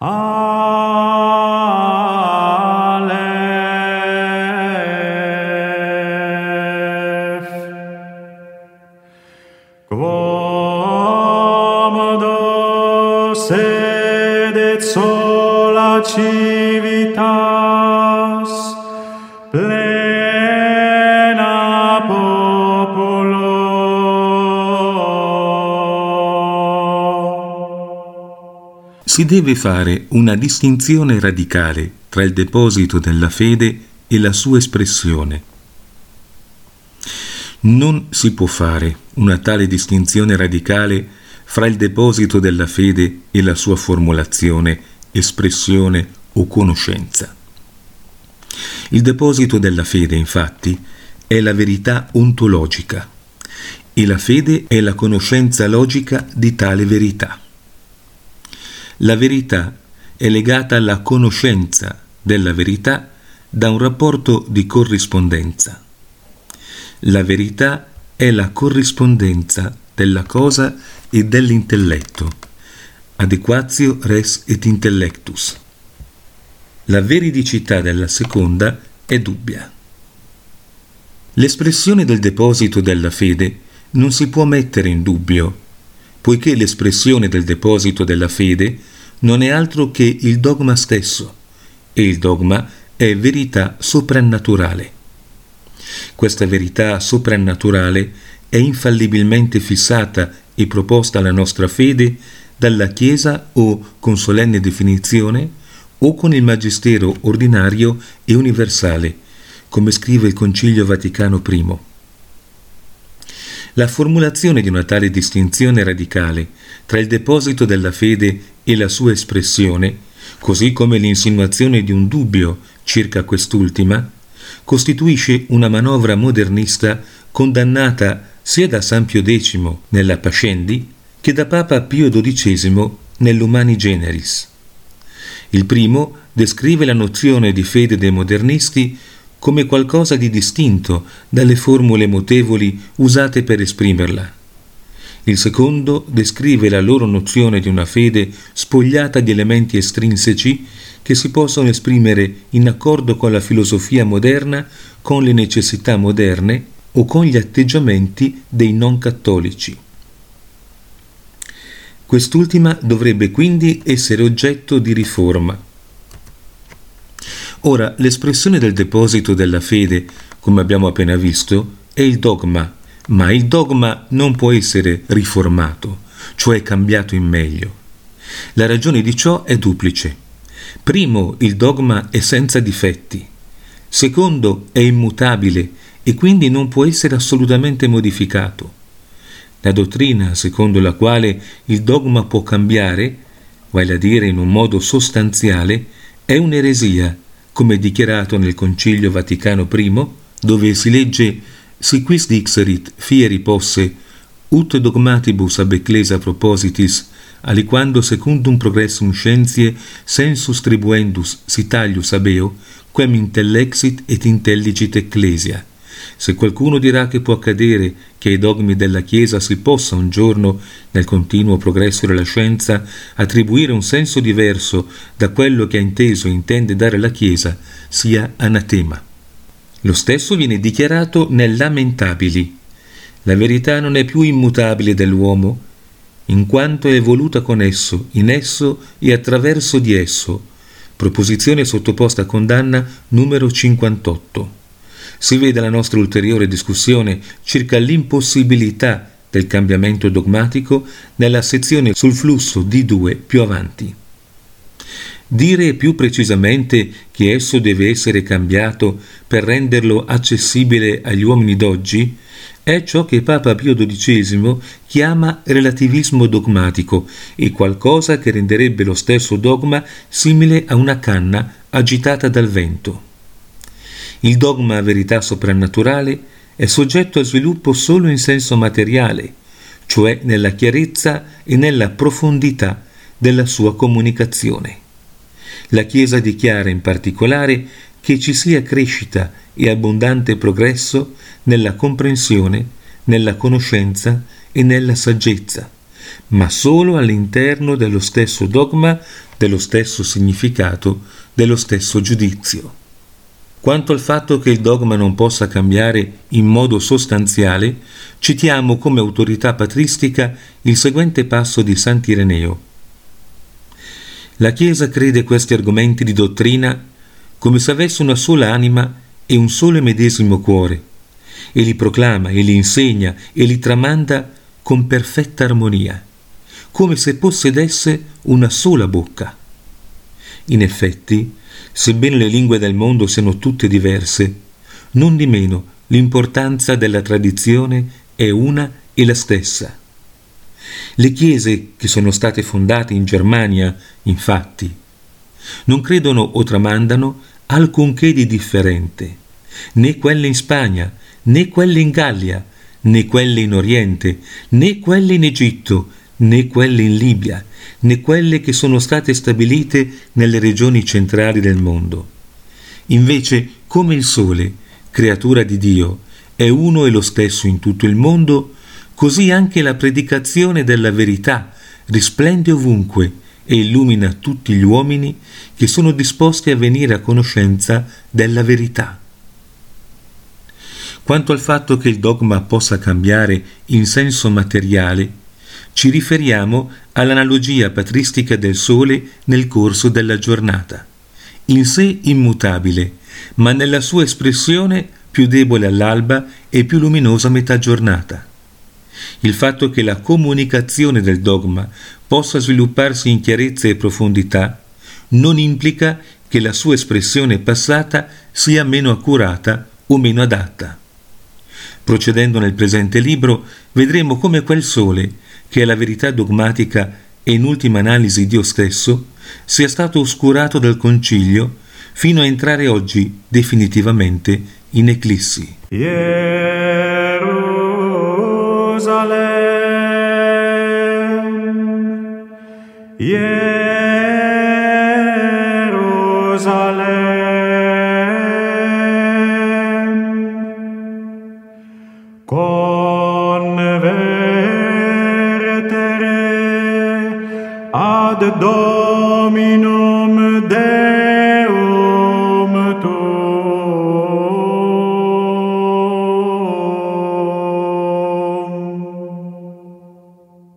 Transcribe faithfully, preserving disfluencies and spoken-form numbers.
Aleph. Quomodo sedet sola civitas, plena populo. Si deve fare una distinzione radicale tra il deposito della fede e la sua espressione. Non si può fare una tale distinzione radicale fra il deposito della fede e la sua formulazione, espressione o conoscenza. Il deposito della fede, infatti, è la verità ontologica e la fede è la conoscenza logica di tale verità. La verità è legata alla conoscenza della verità da un rapporto di corrispondenza. La verità è la corrispondenza della cosa e dell'intelletto, adequatio res et intellectus. La veridicità della seconda è dubbia. L'espressione del deposito della fede non si può mettere in dubbio, poiché l'espressione del deposito della fede non è altro che il dogma stesso, e il dogma è verità soprannaturale. Questa verità soprannaturale è infallibilmente fissata e proposta alla nostra fede dalla Chiesa o con solenne definizione o con il magistero ordinario e universale, come scrive il Concilio Vaticano primo. La formulazione di una tale distinzione radicale tra il deposito della fede e la sua espressione, così come l'insinuazione di un dubbio circa quest'ultima, costituisce una manovra modernista condannata sia da San Pio X nella Pascendi che da Papa Pio dodicesimo nell'Humani Generis. Il primo descrive la nozione di fede dei modernisti come qualcosa di distinto dalle formule mutevoli usate per esprimerla. Il secondo descrive la loro nozione di una fede spogliata di elementi estrinseci che si possono esprimere in accordo con la filosofia moderna, con le necessità moderne o con gli atteggiamenti dei non cattolici. Quest'ultima dovrebbe quindi essere oggetto di riforma. Ora, l'espressione del deposito della fede, come abbiamo appena visto, è il dogma, ma il dogma non può essere riformato, cioè cambiato in meglio. La ragione di ciò è duplice. Primo, il dogma è senza difetti. Secondo, è immutabile e quindi non può essere assolutamente modificato. La dottrina secondo la quale il dogma può cambiare, vale a dire in un modo sostanziale, è un'eresia, come dichiarato nel Concilio Vaticano primo, dove si legge «Si quis dixerit fieri posse, ut dogmatibus ab ecclesia propositis, aliquando secundum progressum scientiae sensus tribuendus citalius abeo, quem intellexit et intelligit ecclesia». Se qualcuno dirà che può accadere che ai dogmi della Chiesa si possa un giorno, nel continuo progresso della scienza, attribuire un senso diverso da quello che ha inteso e intende dare la Chiesa, sia anatema. Lo stesso viene dichiarato nel Lamentabili. La verità non è più immutabile dell'uomo, in quanto è evoluta con esso, in esso e attraverso di esso. Proposizione sottoposta a condanna numero cinquantotto. Si vede la nostra ulteriore discussione circa l'impossibilità del cambiamento dogmatico nella sezione sul flusso D due più avanti. Dire più precisamente che esso deve essere cambiato per renderlo accessibile agli uomini d'oggi è ciò che Papa Pio dodicesimo chiama relativismo dogmatico e qualcosa che renderebbe lo stesso dogma simile a una canna agitata dal vento. Il dogma a verità soprannaturale è soggetto a sviluppo solo in senso materiale, cioè nella chiarezza e nella profondità della sua comunicazione. La Chiesa dichiara in particolare che ci sia crescita e abbondante progresso nella comprensione, nella conoscenza e nella saggezza, ma solo all'interno dello stesso dogma, dello stesso significato, dello stesso giudizio. Quanto al fatto che il dogma non possa cambiare in modo sostanziale, citiamo come autorità patristica il seguente passo di Sant'Ireneo. La Chiesa crede questi argomenti di dottrina come se avesse una sola anima e un solo e medesimo cuore, e li proclama e li insegna e li tramanda con perfetta armonia, come se possedesse una sola bocca. In effetti, sebbene le lingue del mondo siano tutte diverse, non di meno l'importanza della tradizione è una e la stessa. Le chiese che sono state fondate in Germania, infatti, non credono o tramandano alcunché di differente, né quelle in Spagna, né quelle in Gallia, né quelle in Oriente, né quelle in Egitto, né quelle in Libia, né quelle che sono state stabilite nelle regioni centrali del mondo. Invece, come il Sole, creatura di Dio, è uno e lo stesso in tutto il mondo, così anche la predicazione della verità risplende ovunque e illumina tutti gli uomini che sono disposti a venire a conoscenza della verità. Quanto al fatto che il dogma possa cambiare in senso materiale, ci riferiamo all'analogia patristica del Sole nel corso della giornata, in sé immutabile, ma nella sua espressione più debole all'alba e più luminosa a metà giornata. Il fatto che la comunicazione del dogma possa svilupparsi in chiarezza e profondità non implica che la sua espressione passata sia meno accurata o meno adatta. Procedendo nel presente libro, vedremo come quel Sole, che è la verità dogmatica e in ultima analisi Dio stesso, sia stato oscurato dal Concilio fino a entrare oggi definitivamente in eclissi. Gerusalemme, Gerusalemme, convertere ad